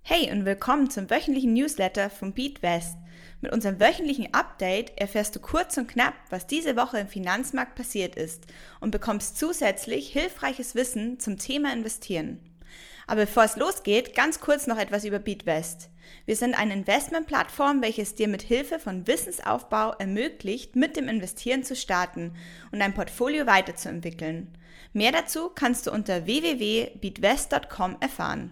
Hey und willkommen zum wöchentlichen Newsletter von BeatWest. Mit unserem wöchentlichen Update erfährst du kurz und knapp, was diese Woche im Finanzmarkt passiert ist und bekommst zusätzlich hilfreiches Wissen zum Thema Investieren. Aber bevor es losgeht, ganz kurz noch etwas über BeatWest. Wir sind eine Investmentplattform, welches dir mit Hilfe von Wissensaufbau ermöglicht, mit dem Investieren zu starten und dein Portfolio weiterzuentwickeln. Mehr dazu kannst du unter www.beatwest.com erfahren.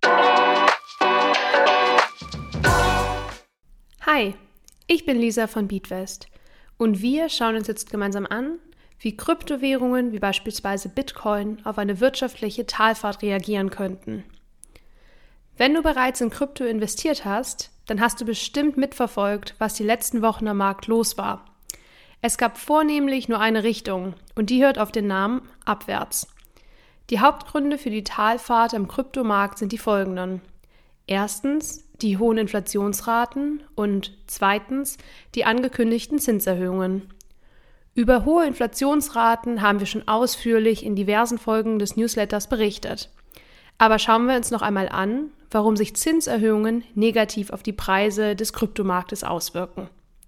Hi, ich bin Lisa von BeatWest und wir schauen uns jetzt gemeinsam an, wie Kryptowährungen wie beispielsweise Bitcoin auf eine wirtschaftliche Talfahrt reagieren könnten. Wenn du bereits in Krypto investiert hast, dann hast du bestimmt mitverfolgt, was die letzten Wochen am Markt los war. Es gab vornehmlich nur eine Richtung und die hört auf den Namen abwärts. Die Hauptgründe für die Talfahrt am Kryptomarkt sind die folgenden. Erstens die hohen Inflationsraten und zweitens die angekündigten Zinserhöhungen. Über hohe Inflationsraten haben wir schon ausführlich in diversen Folgen des Newsletters berichtet. Aber schauen wir uns noch einmal an, warum sich Zinserhöhungen negativ auf die Preise des Kryptomarktes auswirken.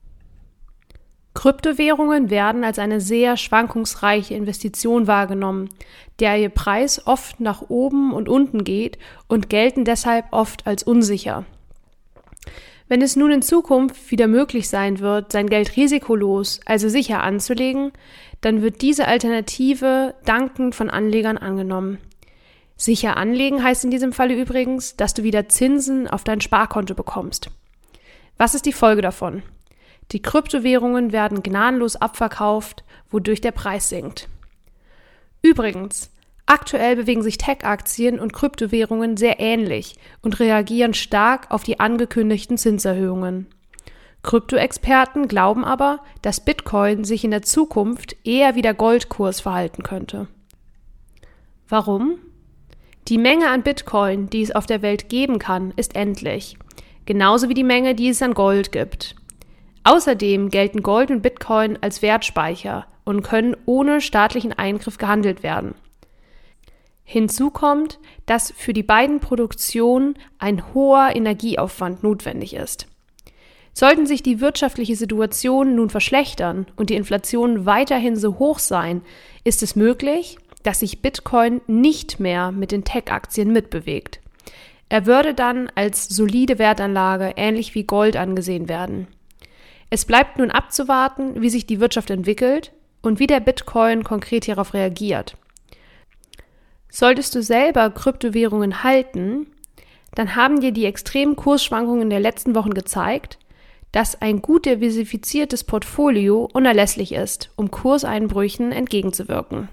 Kryptowährungen werden als eine sehr schwankungsreiche Investition wahrgenommen, der ihr Preis oft nach oben und unten geht und gelten deshalb oft als unsicher. Wenn es nun in Zukunft wieder möglich sein wird, sein Geld risikolos, also sicher anzulegen, dann wird diese Alternative dankend von Anlegern angenommen. Sicher anlegen heißt in diesem Falle übrigens, dass du wieder Zinsen auf dein Sparkonto bekommst. Was ist die Folge davon? Die Kryptowährungen werden gnadenlos abverkauft, wodurch der Preis sinkt. Übrigens, aktuell bewegen sich Tech-Aktien und Kryptowährungen sehr ähnlich und reagieren stark auf die angekündigten Zinserhöhungen. Kryptoexperten glauben aber, dass Bitcoin sich in der Zukunft eher wie der Goldkurs verhalten könnte. Warum? Die Menge an Bitcoin, die es auf der Welt geben kann, ist endlich, genauso wie die Menge, die es an Gold gibt. Außerdem gelten Gold und Bitcoin als Wertspeicher und können ohne staatlichen Eingriff gehandelt werden. Hinzu kommt, dass für die beiden Produktionen ein hoher Energieaufwand notwendig ist. Sollten sich die wirtschaftliche Situation nun verschlechtern und die Inflation weiterhin so hoch sein, ist es möglich, dass sich Bitcoin nicht mehr mit den Tech-Aktien mitbewegt. Er würde dann als solide Wertanlage ähnlich wie Gold angesehen werden. Es bleibt nun abzuwarten, wie sich die Wirtschaft entwickelt und wie der Bitcoin konkret hierauf reagiert. Solltest du selber Kryptowährungen halten, dann haben dir die extremen Kursschwankungen der letzten Wochen gezeigt, dass ein gut diversifiziertes Portfolio unerlässlich ist, um Kurseinbrüchen entgegenzuwirken.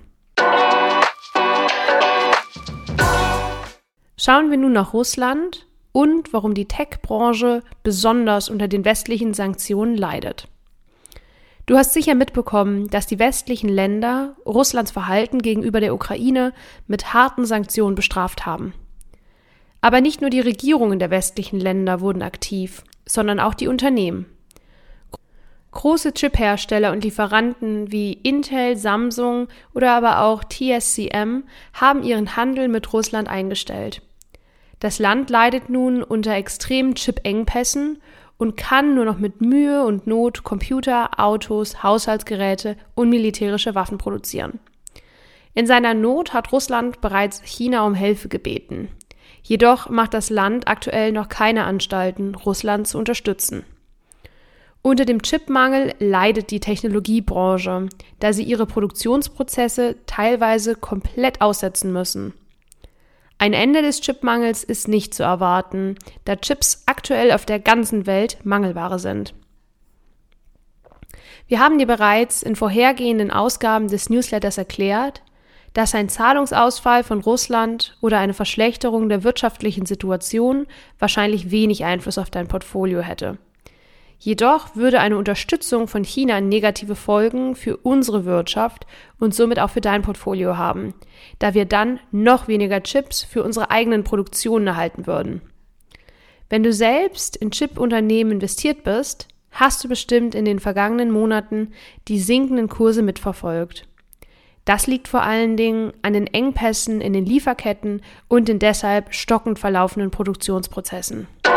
Schauen wir nun nach Russland und warum die Tech-Branche besonders unter den westlichen Sanktionen leidet. Du hast sicher mitbekommen, dass die westlichen Länder Russlands Verhalten gegenüber der Ukraine mit harten Sanktionen bestraft haben. Aber nicht nur die Regierungen der westlichen Länder wurden aktiv, sondern auch die Unternehmen. Große Chiphersteller und Lieferanten wie Intel, Samsung oder aber auch TSMC haben ihren Handel mit Russland eingestellt. Das Land leidet nun unter extremen Chip-Engpässen und kann nur noch mit Mühe und Not Computer, Autos, Haushaltsgeräte und militärische Waffen produzieren. In seiner Not hat Russland bereits China um Hilfe gebeten. Jedoch macht das Land aktuell noch keine Anstalten, Russland zu unterstützen. Unter dem Chipmangel leidet die Technologiebranche, da sie ihre Produktionsprozesse teilweise komplett aussetzen müssen. Ein Ende des Chipmangels ist nicht zu erwarten, da Chips aktuell auf der ganzen Welt Mangelware sind. Wir haben dir bereits in vorhergehenden Ausgaben des Newsletters erklärt, dass ein Zahlungsausfall von Russland oder eine Verschlechterung der wirtschaftlichen Situation wahrscheinlich wenig Einfluss auf dein Portfolio hätte. Jedoch würde eine Unterstützung von China negative Folgen für unsere Wirtschaft und somit auch für dein Portfolio haben, da wir dann noch weniger Chips für unsere eigenen Produktionen erhalten würden. Wenn du selbst in Chip-Unternehmen investiert bist, hast du bestimmt in den vergangenen Monaten die sinkenden Kurse mitverfolgt. Das liegt vor allen Dingen an den Engpässen in den Lieferketten und den deshalb stockend verlaufenden Produktionsprozessen.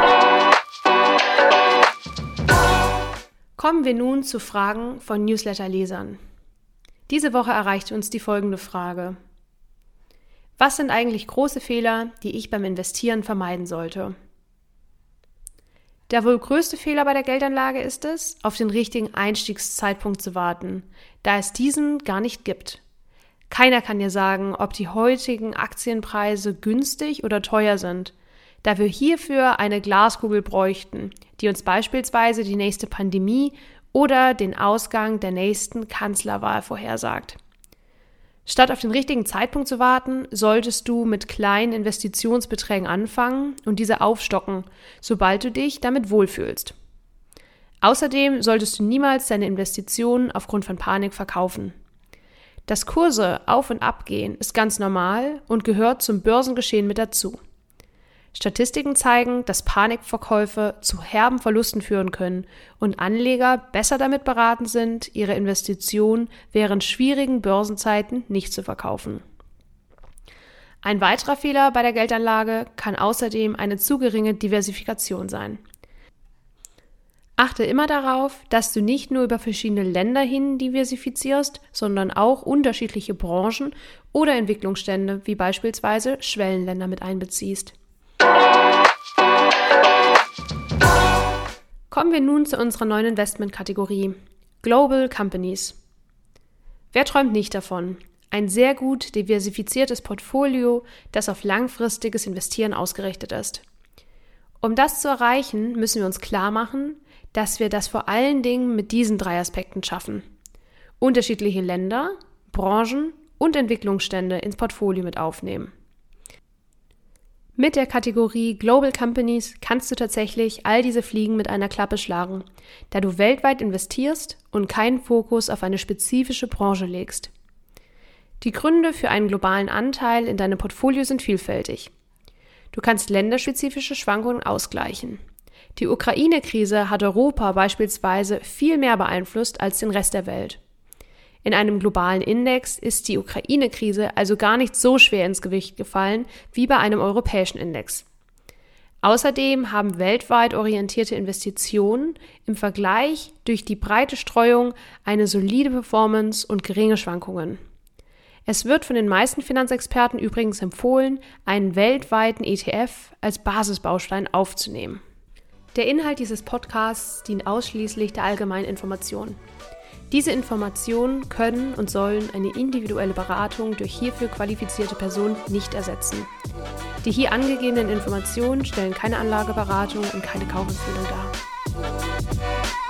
Kommen wir nun zu Fragen von Newsletter-Lesern. Diese Woche erreichte uns die folgende Frage: Was sind eigentlich große Fehler, die ich beim Investieren vermeiden sollte? Der wohl größte Fehler bei der Geldanlage ist es, auf den richtigen Einstiegszeitpunkt zu warten, da es diesen gar nicht gibt. Keiner kann dir sagen, ob die heutigen Aktienpreise günstig oder teuer sind, da wir hierfür eine Glaskugel bräuchten, die uns beispielsweise die nächste Pandemie oder den Ausgang der nächsten Kanzlerwahl vorhersagt. Statt auf den richtigen Zeitpunkt zu warten, solltest du mit kleinen Investitionsbeträgen anfangen und diese aufstocken, sobald du dich damit wohlfühlst. Außerdem solltest du niemals deine Investitionen aufgrund von Panik verkaufen. Dass Kurse auf und ab gehen, ist ganz normal und gehört zum Börsengeschehen mit dazu. Statistiken zeigen, dass Panikverkäufe zu herben Verlusten führen können und Anleger besser damit beraten sind, ihre Investitionen während schwierigen Börsenzeiten nicht zu verkaufen. Ein weiterer Fehler bei der Geldanlage kann außerdem eine zu geringe Diversifikation sein. Achte immer darauf, dass du nicht nur über verschiedene Länder hin diversifizierst, sondern auch unterschiedliche Branchen oder Entwicklungsstände, wie beispielsweise Schwellenländer, mit einbeziehst. Kommen wir nun zu unserer neuen Investmentkategorie: Global Companies. Wer träumt nicht davon? Ein sehr gut diversifiziertes Portfolio, das auf langfristiges Investieren ausgerichtet ist. Um das zu erreichen, müssen wir uns klar machen, dass wir das vor allen Dingen mit diesen 3 Aspekten schaffen: unterschiedliche Länder, Branchen und Entwicklungsstände ins Portfolio mit aufnehmen. Mit der Kategorie Global Companies kannst du tatsächlich all diese Fliegen mit einer Klappe schlagen, da du weltweit investierst und keinen Fokus auf eine spezifische Branche legst. Die Gründe für einen globalen Anteil in deinem Portfolio sind vielfältig. Du kannst länderspezifische Schwankungen ausgleichen. Die Ukraine-Krise hat Europa beispielsweise viel mehr beeinflusst als den Rest der Welt. In einem globalen Index ist die Ukraine-Krise also gar nicht so schwer ins Gewicht gefallen wie bei einem europäischen Index. Außerdem haben weltweit orientierte Investitionen im Vergleich durch die breite Streuung eine solide Performance und geringe Schwankungen. Es wird von den meisten Finanzexperten übrigens empfohlen, einen weltweiten ETF als Basisbaustein aufzunehmen. Der Inhalt dieses Podcasts dient ausschließlich der allgemeinen Information. Diese Informationen können und sollen eine individuelle Beratung durch hierfür qualifizierte Personen nicht ersetzen. Die hier angegebenen Informationen stellen keine Anlageberatung und keine Kaufempfehlung dar.